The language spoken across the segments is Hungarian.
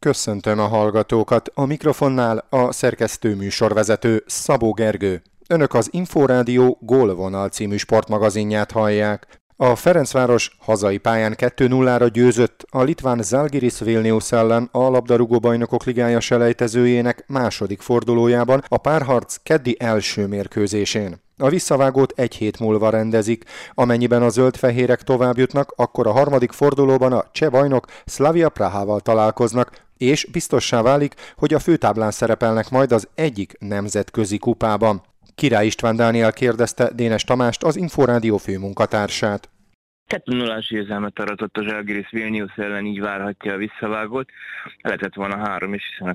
Köszöntöm a hallgatókat, a mikrofonnál a szerkesztő műsorvezető Szabó Gergő. Önök az Inforádió Gólvonal című sportmagazinját hallják. A Ferencváros hazai pályán 2-0-ra győzött a litván Žalgiris Vilnius ellen a labdarúgó bajnokok ligája selejtezőjének második fordulójában a párharc keddi első mérkőzésén. A visszavágót egy hét múlva rendezik. Amennyiben a zöld-fehérek tovább jutnak, akkor a harmadik fordulóban a cseh bajnok Slavia Prahával találkoznak, és biztossá válik, hogy a főtáblán szerepelnek majd az egyik nemzetközi kupában. Király István Dániel kérdezte Dénes Tamást, az Inforádió főmunkatársát. 2-0-ás győzelmet aratott a Žalgiris Vilnius ellen, így várhatja a visszavágót. Lehetett volna 3 is, hiszen a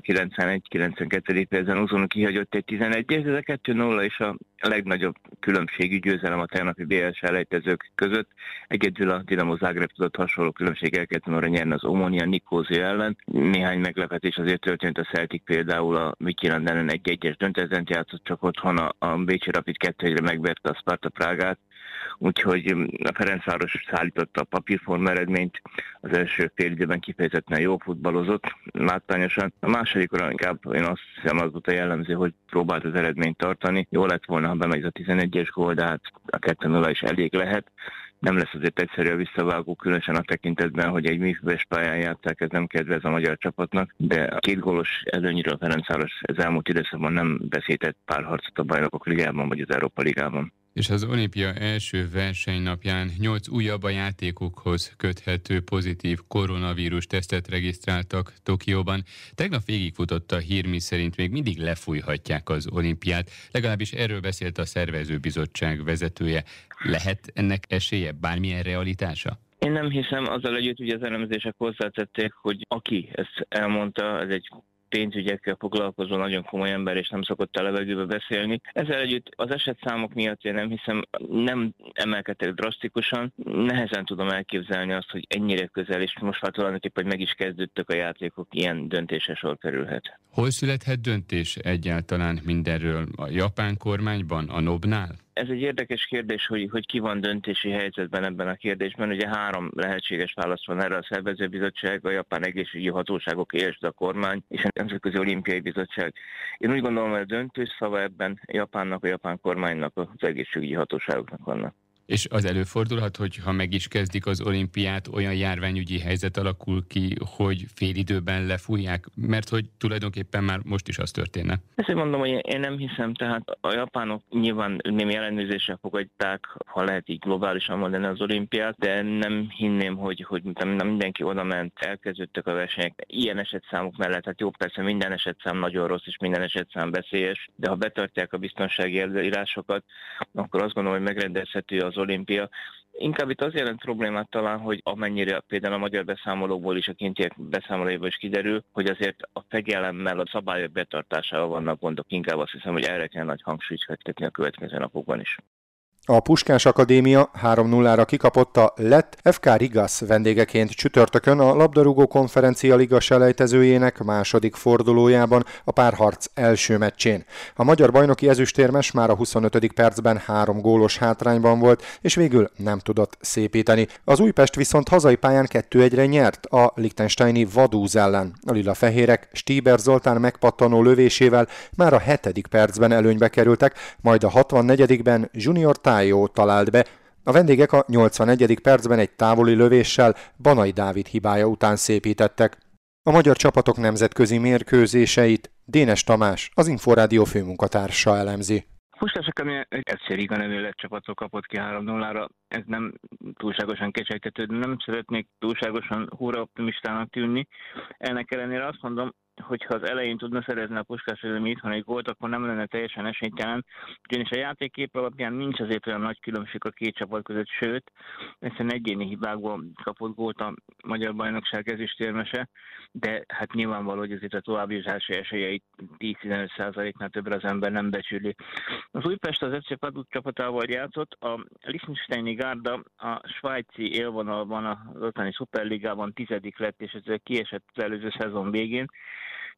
91-92. percben Uzun kihagyott egy 11, ez a 2-0 és a legnagyobb különbségű győzelem a tegnapi BL selejtezők között. Egyedül a Dinamo Zagreb tudott hasonló különbséggel 2-0-ra nyerni az Omonia Nikózia ellen. Néhány meglepetés azért történt, a Celtic például a Midtjylland ellen 1-1-es döntetlent játszott, csak otthon a Bécsi Rapid 2-1-re megverte a Sparta Prágát. Úgyhogy a Ferencváros szállította a papírforma eredményt, az első fél időben kifejezetten jó futballozott, látványosan. A másodikra inkább én azt hiszem az volt a jellemző, hogy próbált az eredményt tartani. Jó lett volna, ha bemegy a 11-es gól, de hát a 2-0 is elég lehet. Nem lesz azért egyszerű a visszavágó, különösen a tekintetben, hogy egy műfüves pályán játsszák, ez nem kedvez a magyar csapatnak, de a 2 gólos előnyről a Ferencváros ez elmúlt időszakban nem beszétett párharcot a Bajnokok Ligában vagy az Európa Ligában. És az olimpia első versenynapján 8 újabb a játékokhoz köthető pozitív koronavírus tesztet regisztráltak Tokióban. Tegnap végigfutott a hír, miszerint még mindig lefújhatják az olimpiát. Legalábbis erről beszélt a szervezőbizottság vezetője. Lehet ennek esélye, bármilyen realitása? Én nem hiszem, azzal együtt ugye az elemzések hozzátették, hogy aki ezt elmondta, ez egy pénzügyekkel foglalkozó nagyon komoly ember, és nem szokott a levegőbe beszélni. Ezzel együtt az esetszámok miatt én nem hiszem, nem emelkedtek drasztikusan. Nehezen tudom elképzelni azt, hogy ennyire közel, és most már tulajdonképpen, hogy meg is kezdődtek a játékok, ilyen döntésre sor kerülhet. Hol születhet döntés egyáltalán mindenről? A japán kormányban, a NOB-nál? Ez egy érdekes kérdés, hogy ki van döntési helyzetben ebben a kérdésben. Ugye 3 lehetséges válasz van erre: a szervezőbizottság, a japán egészségügyi hatóságok, és a kormány, és a Nemzetközi Olimpiai Bizottság. Én úgy gondolom, hogy a döntős szava ebben Japánnak, a japán kormánynak, az egészségügyi hatóságoknak vannak. És az előfordulhat, hogy ha meg is kezdik az olimpiát, olyan járványügyi helyzet alakul ki, hogy félidőben lefújják, mert hogy tulajdonképpen már most is az történne. Ezt mondom, hogy én nem hiszem, tehát a japánok nyilván némi ellenőrzéssel fogadták, ha lehet így globálisan mondani, az olimpiát, de nem hinném, hogy nem mindenki oda ment, elkezdődtek a versenyek. Ilyen esetszámok mellett, hát jó, persze minden esetszám nagyon rossz, és minden esetszám veszélyes, de ha betartják a biztonsági előírásokat, akkor azt gondolom, hogy megrendezhető az olimpia. Inkább itt az jelent problémát talán, hogy amennyire például a magyar beszámolókból is, a kintiek beszámolóiból is kiderül, hogy azért a fegyelemmel, a szabályok betartásával vannak gondok. Inkább azt hiszem, hogy erre kell nagy hangsúlyt fektetni a következő napokban is. A Puskás Akadémia 3-0-ra kikapott a lett FK Rigas vendégeként csütörtökön a labdarúgó konferencia liga selejtezőjének második fordulójában a párharc első meccsén. A magyar bajnoki ezüstérmes már a 25. percben 3 gólos hátrányban volt, és végül nem tudott szépíteni. Az Újpest viszont hazai pályán 2-1-re nyert a liechtensteini Vaduz ellen. A lila-fehérek Stíber Zoltán megpattanó lövésével már a 7. percben előnybe kerültek, majd a 64-ben Junior Tájó talált be. A vendégek a 81. percben egy távoli lövéssel Banai Dávid hibája után szépítettek. A magyar csapatok nemzetközi mérkőzéseit Dénes Tamás, az Inforádió főmunkatársa elemzi. Puskás Akadémia FC Riga nevű lett csapattól kapott ki 3-0-ra. Ez nem túlságosan kecsegtető, de nem szeretnék túlságosan húra optimistának tűnni. Ennek ellenére azt mondom, hogyha az elején tudna szerezni a Puskás Akadémia itthon egy gólt, akkor nem lenne teljesen esélytelen, ugyanis a játékkép alapján nincs azért olyan nagy különbség a két csapat között, sőt, egyszerűen egyéni hibákból kapott gólt a magyar bajnokság ezüstérmese, de hát nyilvánvaló, hogy azért a továbbjutási esélyeit 10-15%-nál többre az ember nem becsüli. Az Újpest az FC Vaduz csapatával játszott, a Liechtensteini Gárda a svájci élvonalban az ottani szuperligában 10. lett, és ezzel kiesett az előző szezon végén.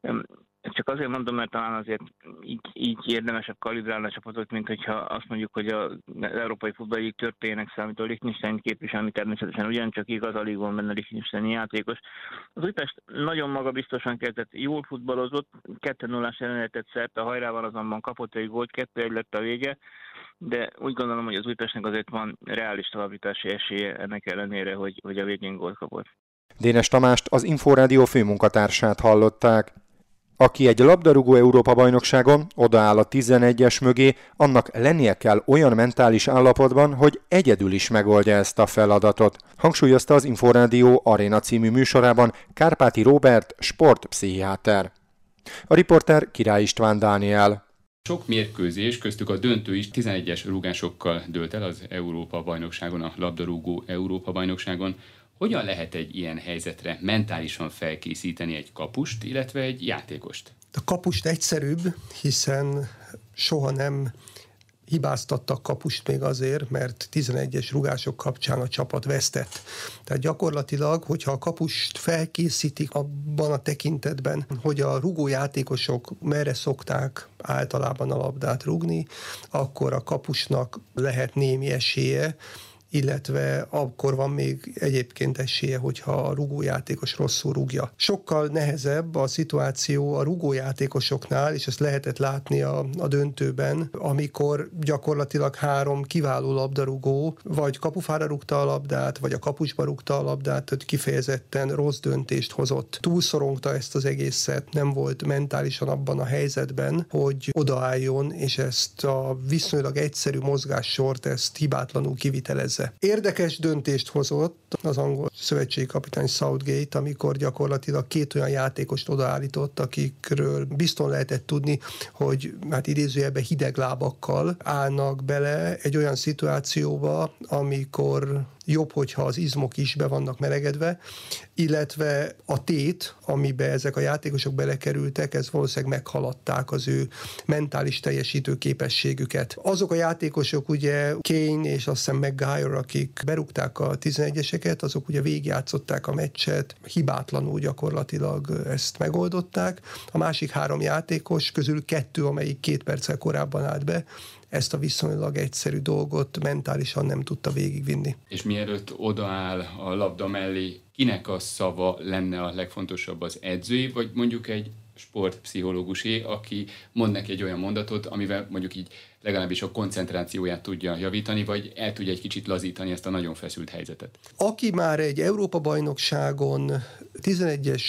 Csak azért mondom, mert talán azért így érdemesebb kalibrálni a csapatot, mint hogyha azt mondjuk, hogy az európai futballig történnek számító Liechtenstein képviselni, természetesen ugyancsak igaz, alig van benne Liechtensteini játékos. Az Újpest nagyon magabiztosan kezdett, jól futballozott, 2-0-ás ellenletet szert, a hajrával azonban kapott egy gólt, 2-1 lett a vége, de úgy gondolom, hogy az Újpestnek azért van reális továbbjutási esélye ennek ellenére, hogy a végén gólt kapott. Dénes Tamást, az Inforádió főmunkatársát hallották. Aki egy labdarúgó Európa-bajnokságon odaáll a 11-es mögé, annak lennie kell olyan mentális állapotban, hogy egyedül is megoldja ezt a feladatot, hangsúlyozta az Inforádió Aréna című műsorában Kárpáti Róbert, sportpszichiáter. A riporter Király István Dániel. Sok mérkőzés, köztük a döntő is 11-es rúgásokkal dőlt el az Európa-bajnokságon, a labdarúgó Európa-bajnokságon. Hogyan lehet egy ilyen helyzetre mentálisan felkészíteni egy kapust, illetve egy játékost? A kapust egyszerűbb, hiszen soha nem hibáztattak kapust még azért, mert 11-es rugások kapcsán a csapat vesztett. Tehát gyakorlatilag, hogyha a kapust felkészítik abban a tekintetben, hogy a rugójátékosok merre szokták általában a labdát rugni, akkor a kapusnak lehet némi esélye, illetve akkor van még egyébként esélye, hogyha a rugójátékos rosszul rúgja. Sokkal nehezebb a szituáció a rugójátékosoknál, és ezt lehetett látni a döntőben, amikor gyakorlatilag 3 kiváló labdarúgó vagy kapufára rúgta a labdát, vagy a kapusba rúgta a labdát, hogy kifejezetten rossz döntést hozott. Túlszorongta ezt az egészet, nem volt mentálisan abban a helyzetben, hogy odaálljon, és ezt a viszonylag egyszerű mozgássort, ezt hibátlanul kivitelezze. Érdekes döntést hozott az angol szövetségi kapitány Southgate, amikor gyakorlatilag 2 olyan játékost odaállított, akikről bizton lehetett tudni, hogy hát idézőjelben hideg lábakkal állnak bele egy olyan szituációba, amikor jobb, hogyha az izmok is be vannak melegedve, illetve a tét, amiben ezek a játékosok belekerültek, ez valószínűleg meghaladták az ő mentális teljesítő képességüket. Azok a játékosok, ugye Kane és azt hiszem Maguire, akik berúgták a 11-eseket, azok ugye végigjátszották a meccset, hibátlanul gyakorlatilag ezt megoldották. A másik 3 játékos közül 2, amelyik 2 perccel korábban állt be, ezt a viszonylag egyszerű dolgot mentálisan nem tudta végigvinni. És mielőtt odaáll a labda mellé, kinek a szava lenne a legfontosabb, az edzői, vagy mondjuk egy sportpszichológusé, aki mond neki egy olyan mondatot, amivel mondjuk így legalábbis a koncentrációját tudja javítani, vagy el tudja egy kicsit lazítani ezt a nagyon feszült helyzetet? Aki már egy Európa-bajnokságon 11-es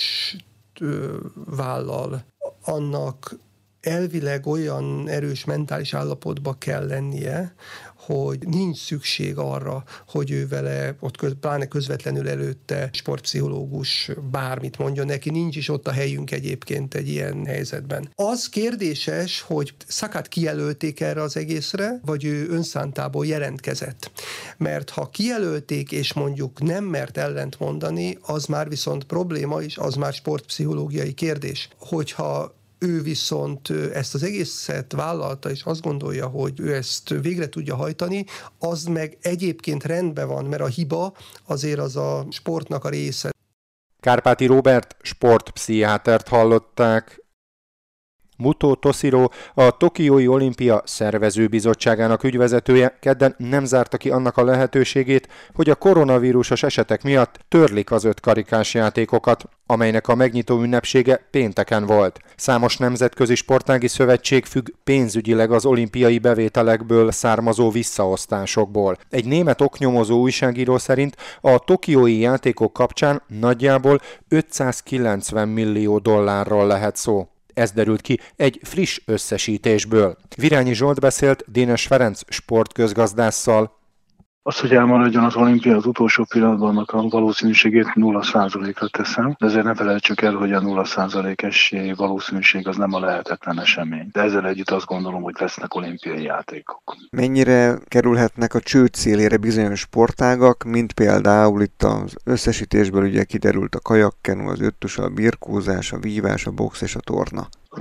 vállal, annak elvileg olyan erős mentális állapotba kell lennie, hogy nincs szükség arra, hogy ő vele, ott pláne közvetlenül előtte sportpszichológus bármit mondjon neki, nincs is ott a helyünk egyébként egy ilyen helyzetben. Az kérdéses, hogy Sakát kijelölték erre az egészre, vagy ő önszántából jelentkezett. Mert ha kijelölték, és mondjuk nem mert ellent mondani, az már viszont probléma, és az már sportpszichológiai kérdés. Hogyha ő viszont ezt az egészet vállalta, és azt gondolja, hogy ő ezt végre tudja hajtani, az meg egyébként rendben van, mert a hiba azért az a sportnak a része. Kárpáti Róbert, sportpszichiátert hallották. Muto Toshiro, a Tokiói Olimpia szervezőbizottságának ügyvezetője kedden nem zárta ki annak a lehetőségét, hogy a koronavírusos esetek miatt törlik az 5 karikás játékokat, amelynek a megnyitó ünnepsége pénteken volt. Számos nemzetközi sportági szövetség függ pénzügyileg az olimpiai bevételekből származó visszaosztásokból. Egy német oknyomozó újságíró szerint a tokiói játékok kapcsán nagyjából 590 millió dollárról lehet szó. Ez derült ki egy friss összesítésből. Virányi Zsolt beszélt Dénes Ferenc sportközgazdásszal. Az, hogy elmaradjon az olimpia az utolsó pillanatban, annak a valószínűségét 0%-ra teszem, de ezért ne felejtsük el, hogy a 0% esély valószínűség az nem a lehetetlen esemény. De ezzel együtt azt gondolom, hogy lesznek olimpiai játékok. Mennyire kerülhetnek a csőd szélére bizonyos sportágak, mint például itt az összesítésből ugye kiderült a kajakkenu, az öttus, a birkózás, a vívás, a box és a torna?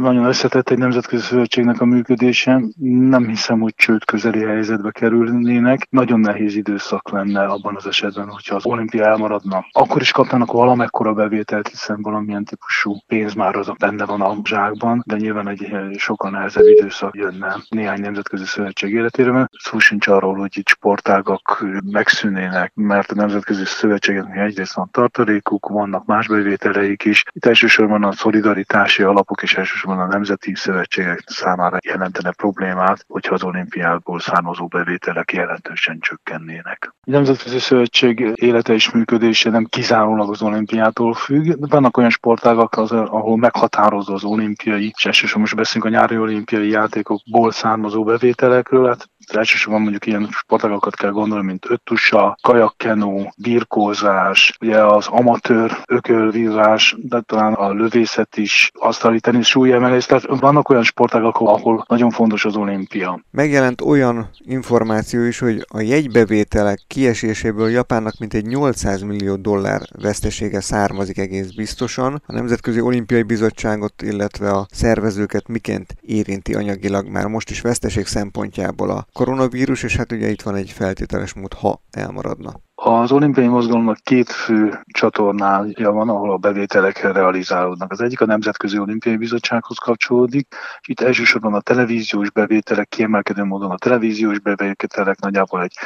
nagyon összetett egy nemzetközi szövetségnek a működése. Nem hiszem, hogy csőd közeli helyzetbe kerülnének. Nagyon nehéz időszak lenne abban az esetben, hogyha az olimpia elmaradna. Akkor is kapnának valamekkora bevételt, hiszen valamilyen típusú pénz már az benne van a zsákban, de nyilván egy sokkal nehezebb időszak jönne néhány nemzetközi szövetség életére. Szó sincs arról, hogy itt sportágak megszűnének, mert a nemzetközi szövetségeknek egyrészt van tartalékuk, vannak más bevételeik is. Itt elsősorban a szolidaritási alapok és elsősorban a nemzeti szövetségek számára jelentene problémát, hogyha az olimpiából származó bevételek jelentősen csökkennének. A nemzetközi szövetség élete és működése nem kizárólag az olimpiától függ. Vannak olyan sportágak, ahol meghatározó az olimpiai, és elsősorban most beszélünk a nyári olimpiai játékokból származó bevételekről. Hát elsősorban mondjuk ilyen sportágakat kell gondolni, mint öttusa, kajakkenó, birkózás, ugye az amatőr ökölvívás, de talán a lövészet is, asztali tenisz, súlyemelés, tehát vannak olyan sportágak, ahol nagyon fontos az olimpia. Megjelent olyan információ is, hogy a jegybevételek kieséséből Japánnak mintegy $800 millió vesztesége származik egész biztosan. A Nemzetközi Olimpiai Bizottságot, illetve a szervezőket miként érinti anyagilag már most is veszteség szempontjából a koronavírus, és hát ugye itt van egy feltételes mód, ha elmaradna. Az olimpiai mozgalomnak két fő csatornája van, ahol a bevételek realizálódnak. Az egyik a Nemzetközi Olimpiai Bizottsághoz kapcsolódik, és itt elsősorban a televíziós bevételek, kiemelkedő módon a televíziós bevételek nagyjából egy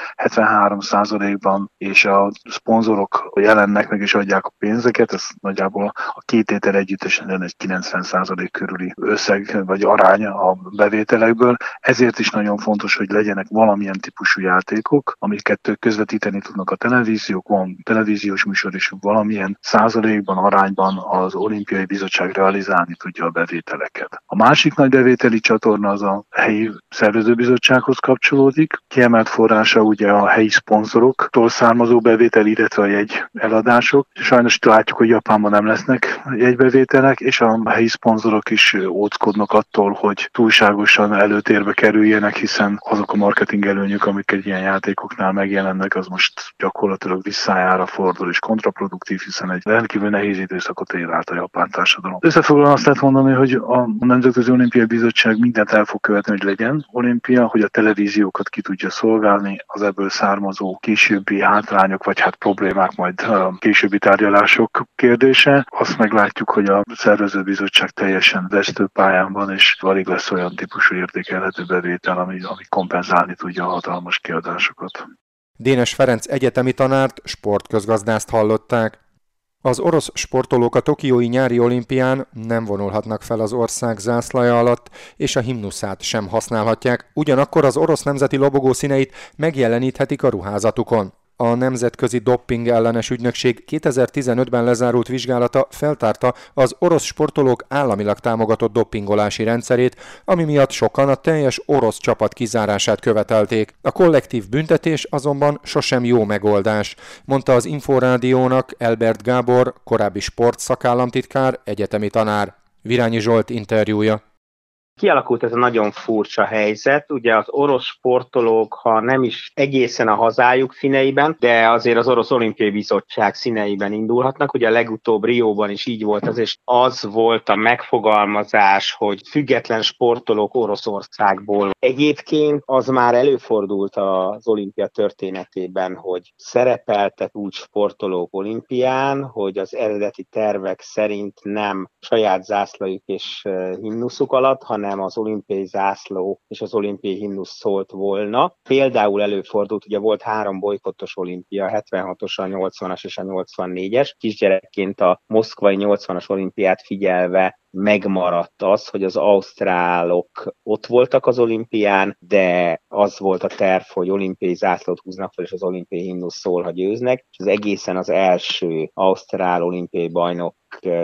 73%-ban, és a szponzorok jelennek meg és adják a pénzeket, ez nagyjából a két tétel együttesen egy 90% körüli összeg vagy arány a bevételekből. Ezért is nagyon fontos, hogy legyenek valamilyen típusú játékok, amiket közvetíteni tudnak a televíziók, van televíziós műsor, és valamilyen százalékban, arányban az Olimpiai Bizottság realizálni tudja a bevételeket. A másik nagy bevételi csatorna az a helyi szervezőbizottsághoz kapcsolódik. Kiemelt forrása ugye a helyi szponzoroktól származó bevétel, illetve a jegy eladások. Sajnos látjuk, hogy Japánban nem lesznek jegybevételek, és a helyi szponzorok is óckodnak attól, hogy túlságosan előtérbe kerüljenek, hiszen azok a marketing előnyök, amik egy ilyen játékoknál megjelennek, az most gyakorlatilag visszájára fordul és kontraproduktív, hiszen egy rendkívül nehéz időszakot él át a japán társadalom. Összefoglalóan azt lehet mondani, hogy a Nemzetközi Olimpiai Bizottság mindent el fog követni, hogy legyen olimpia, hogy a televíziókat ki tudja szolgálni, az ebből származó későbbi hátrányok vagy hát problémák majd a későbbi tárgyalások kérdése. Azt meglátjuk, hogy a szervezőbizottság teljesen vesztőpályán van, és alig lesz olyan típusú értékelhető bevétel, ami kompenzálni tudja a hatalmas kiadásokat. Dénes Ferenc egyetemi tanárt, sportközgazdászt hallották. Az orosz sportolók a tokiói nyári olimpián nem vonulhatnak fel az ország zászlaja alatt, és a himnuszát sem használhatják, ugyanakkor az orosz nemzeti lobogó színeit megjeleníthetik a ruházatukon. A Nemzetközi Dopping Ellenes Ügynökség 2015-ben lezárult vizsgálata feltárta az orosz sportolók államilag támogatott doppingolási rendszerét, ami miatt sokan a teljes orosz csapat kizárását követelték. A kollektív büntetés azonban sosem jó megoldás, mondta az Inforádiónak Elbert Gábor, korábbi sportszakállamtitkár, egyetemi tanár. Virányi Zsolt interjúja. Kialakult ez a nagyon furcsa helyzet, ugye az orosz sportolók, ha nem is egészen a hazájuk színeiben, de azért az Orosz Olimpiai Bizottság színeiben indulhatnak, ugye a legutóbb Rióban is így volt ez, és az volt a megfogalmazás, hogy független sportolók Oroszországból. Egyébként az már előfordult az olimpia történetében, hogy szerepeltek úgy sportolók olimpián, hogy az eredeti tervek szerint nem saját zászlajuk és himnuszuk alatt, hanem az olimpiai zászló és az olimpiai himnusz szólt volna. Például előfordult, ugye volt 3 bolykottos olimpia, a 76-os, a 80-as és a 84-es. Kisgyerekként a moszkvai 80-as olimpiát figyelve megmaradt az, hogy az ausztrálok ott voltak az olimpián, de az volt a terv, hogy olimpiai zászlót húznak fel, és az olimpiai himnusz szól, ha győznek, és az egészen az első ausztrál olimpiai bajnok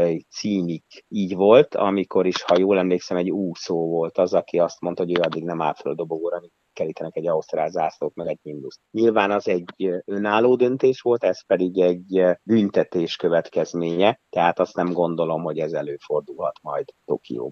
címig így volt, amikor is, ha jól emlékszem, egy úszó volt az, aki azt mondta, hogy ő addig nem áll fel a dobogóra, amíg kerítenek egy ausztrál zászlót, meg egy himnuszt. Nyilván az egy önálló döntés volt, ez pedig egy büntetés következménye, tehát azt nem gondolom, hogy ez előfordulhat majd Tokióban.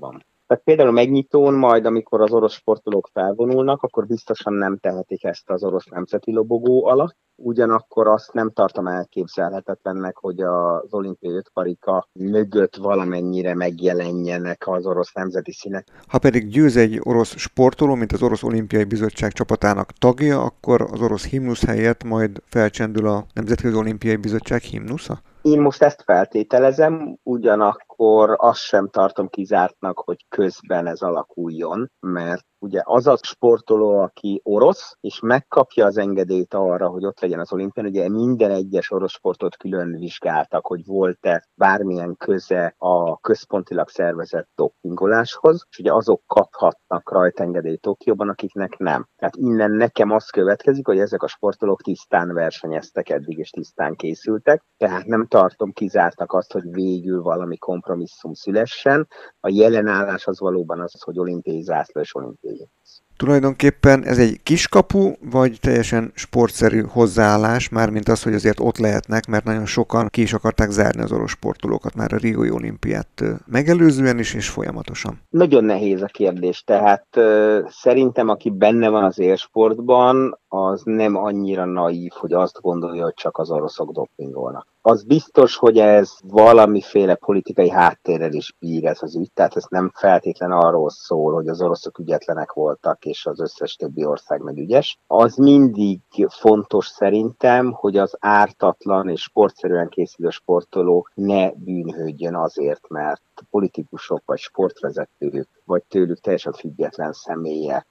Tehát például a megnyitón majd, amikor az orosz sportolók felvonulnak, akkor biztosan nem tehetik ezt az orosz nemzeti lobogó alatt. Ugyanakkor azt nem tartom elképzelhetetlennek, hogy az olimpiai ötkarika mögött valamennyire megjelenjenek az orosz nemzeti színek. Ha pedig győz egy orosz sportoló, mint az Orosz Olimpiai Bizottság csapatának tagja, akkor az orosz himnusz helyett majd felcsendül a Nemzetközi Olimpiai Bizottság himnusza? Én most ezt feltételezem, ugyanakkor azt sem tartom kizártnak, hogy közben ez alakuljon, mert ugye az a sportoló, aki orosz, és megkapja az engedélyt arra, hogy ott legyen az olimpián, ugye minden egyes orosz sportot külön vizsgáltak, hogy volt-e bármilyen köze a központilag szervezett dopingoláshoz, és ugye azok kaphatnak rajta engedélyt Tokióban, akiknek nem. Tehát innen nekem az következik, hogy ezek a sportolók tisztán versenyeztek eddig, és tisztán készültek, tehát nem tartom kizártnak azt, hogy végül valami kompromisszum szülessen. A jelen állás az valóban az, hogy olimpiai zászló és olimpiai. Tulajdonképpen ez egy kiskapu, vagy teljesen sportszerű hozzáállás, mármint az, hogy azért ott lehetnek, mert nagyon sokan ki is akarták zárni az orosz sportolókat már a riói olimpiát megelőzően is, és folyamatosan. Nagyon nehéz a kérdés, tehát szerintem aki benne van az élsportban, az nem annyira naív, hogy azt gondolja, hogy csak az oroszok dopingolnak. Az biztos, hogy ez valamiféle politikai háttérrel is bír ez az ügy, tehát ez nem feltétlen arról szól, hogy az oroszok ügyetlenek voltak, és az összes többi ország meg ügyes. Az mindig fontos szerintem, hogy az ártatlan és sportszerűen készülő sportoló ne bűnhődjön azért, mert politikusok vagy sportvezetők, vagy tőlük teljesen független személyek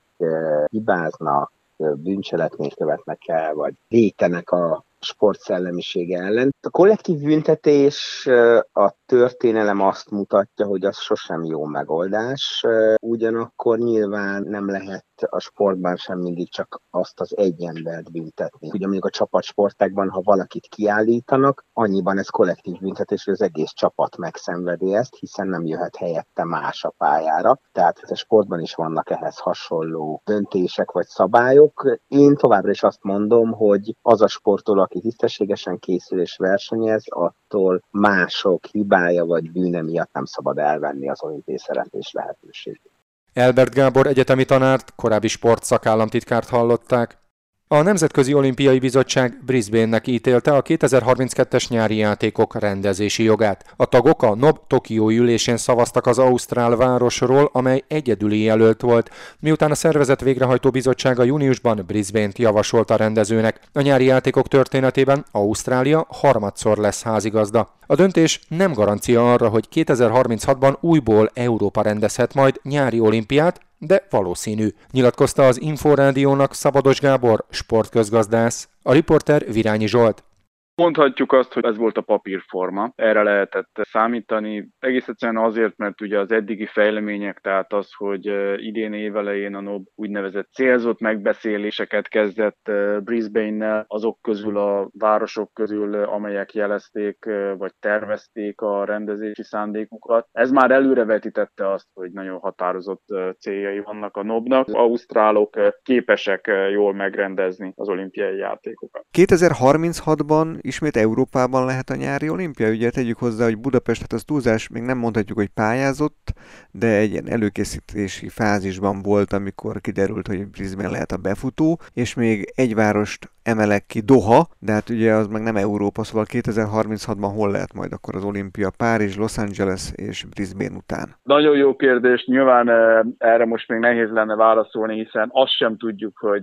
hibáznak, bűncselekményt követnek el, vagy vétenek a sportszellemisége ellen. A kollektív büntetés, a történelem azt mutatja, hogy az sosem jó megoldás, ugyanakkor nyilván nem lehet a sportban sem mindig csak azt az egy embert büntetni. Ugye mondjuk a csapatsportákban, ha valakit kiállítanak, annyiban ez kollektív büntetés, hogy az egész csapat megszenvedi ezt, hiszen nem jöhet helyette más a pályára. Tehát a sportban is vannak ehhez hasonló döntések vagy szabályok. Én továbbra is azt mondom, hogy az a sportoló, aki tisztességesen készül és versenyez, attól mások hibája vagy bűne miatt nem szabad elvenni az olimpiai szereplés lehetőségét. Elbert Gábor egyetemi tanárt, korábbi sportszakállamtitkárt hallották. A Nemzetközi Olimpiai Bizottság Brisbane-nek ítélte a 2032-es nyári játékok rendezési jogát. A tagok a NOB Tokiói ülésén szavaztak az ausztrál városról, amely egyedüli jelölt volt, miután a szervezet végrehajtó bizottsága júniusban Brisbane-t javasolt a rendezőnek. A nyári játékok történetében Ausztrália harmadszor lesz házigazda. A döntés nem garancia arra, hogy 2036-ban újból Európa rendezhet majd nyári olimpiát, de valószínű, nyilatkozta az Inforádiónak Szabados Gábor, sportközgazdász. A riporter Virányi Zsolt. Mondhatjuk azt, hogy ez volt a papírforma, erre lehetett számítani, egész egyszerűen azért, mert ugye az eddigi fejlemények, tehát az, hogy idén évelején a NOB úgynevezett célzott megbeszéléseket kezdett Brisbane-nel, azok közül a városok közül, amelyek jelezték vagy tervezték a rendezési szándékukat. Ez már előrevetítette azt, hogy nagyon határozott céljai vannak a NOB-nak. Az ausztrálok képesek jól megrendezni az olimpiai játékokat. 2036-ban ismét Európában lehet a nyári olimpia? Ugye tegyük hozzá, hogy Budapest, hát az túlzás, még nem mondhatjuk, hogy pályázott, de egy ilyen előkészítési fázisban volt, amikor kiderült, hogy Brisbane lehet a befutó, és még egy várost emelek ki, Doha, de hát ugye az meg nem Európa, szóval 2036-ban hol lehet majd akkor az olimpia? Párizs, Los Angeles és Brisbane után? Nagyon jó kérdés, nyilván erre most még nehéz lenne válaszolni, hiszen azt sem tudjuk, hogy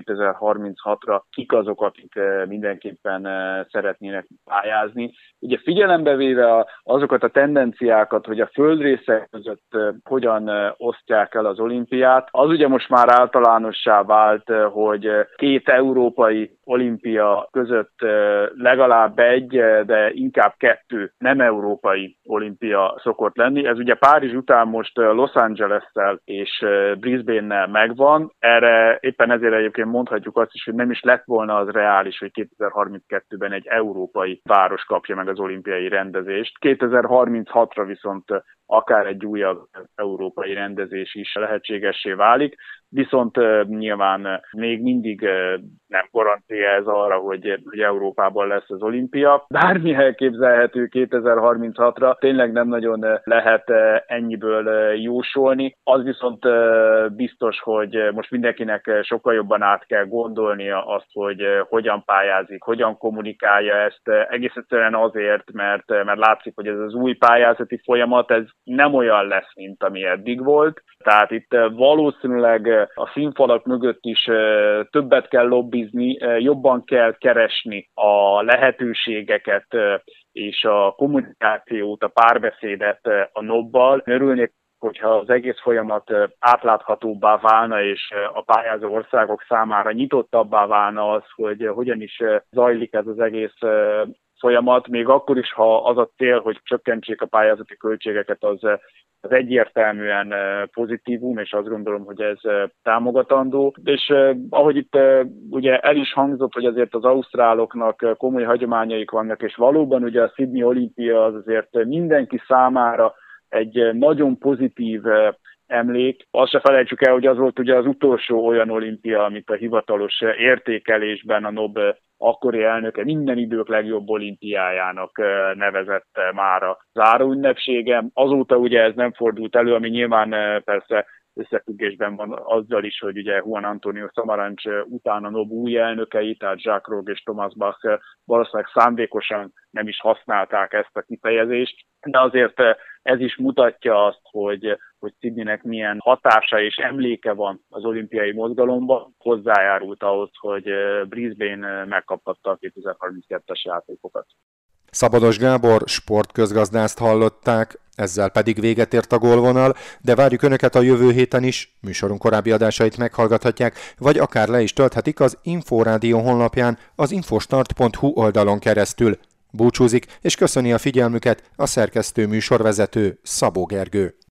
2036-ra kik azok, akik mindenképpen szeretnének pályázni. Ugye figyelembe véve azokat a tendenciákat, hogy a földrészek között hogyan osztják el az olimpiát, az ugye most már általánossá vált, hogy két európai olimpia között legalább egy, de inkább kettő nem európai olimpia szokott lenni. Ez ugye Párizs után most Los Angeles-szel és Brisbane-nel megvan. Erre éppen ezért egyébként mondhatjuk azt is, hogy nem is lett volna az reális, hogy 2032-ben egy európai város kapja meg az olimpiai rendezést. 2036-ra viszont akár egy újabb európai rendezés is lehetségessé válik. viszont nyilván még mindig nem garancia ez arra, hogy Európában lesz az olimpia. Bármi elképzelhető 2036-ra, tényleg nem nagyon lehet ennyiből jósolni. Az viszont biztos, hogy most mindenkinek sokkal jobban át kell gondolnia azt, hogy hogyan pályázik, hogyan kommunikálja ezt. Egész egyszerűen azért, mert látszik, hogy ez az új pályázati folyamat, ez nem olyan lesz, mint ami eddig volt. Tehát itt valószínűleg a színfalak mögött is többet kell lobbizni, jobban kell keresni a lehetőségeket és a kommunikációt, a párbeszédet a NOB-bal. Örülnék, hogyha az egész folyamat átláthatóbbá válna, és a pályázó országok számára nyitottabbá válna az, hogy hogyan is zajlik ez az egész folyamat, még akkor is, ha az a cél, hogy csökkentsék a pályázati költségeket, az egyértelműen pozitívum, és azt gondolom, hogy ez támogatandó. És ahogy itt ugye el is hangzott, hogy azért az ausztráloknak komoly hagyományaik vannak, és valóban ugye a Sydney olimpia az azért mindenki számára egy nagyon pozitív emlék. Azt se felejtsük el, hogy az volt ugye az utolsó olyan olimpia, amit a hivatalos értékelésben a NOB akkori elnöke minden idők legjobb olimpiájának nevezett már a záróünnepsége. Azóta ugye ez nem fordult elő, ami nyilván persze összefüggésben van azzal is, hogy ugye Juan Antonio Samaranch után a NOB új elnökei, tehát Jacques Rogge és Thomas Bach valószínűleg szándékosan nem is használták ezt a kifejezést, de azért ez is mutatja azt, hogy Sydneynek milyen hatása és emléke van az olimpiai mozgalomban, hozzájárult ahhoz, hogy Brisbane megkaphatta a 2032-es játékokat. Szabados Gábor sportközgazdászt hallották, ezzel pedig véget ért a Gólvonal, de várjuk Önöket a jövő héten is, műsorunk korábbi adásait meghallgathatják, vagy akár le is tölthetik az Inforádió honlapján, az infostart.hu oldalon keresztül. Búcsúzik és köszöni a figyelmüket a szerkesztő műsorvezető Szabó Gergő.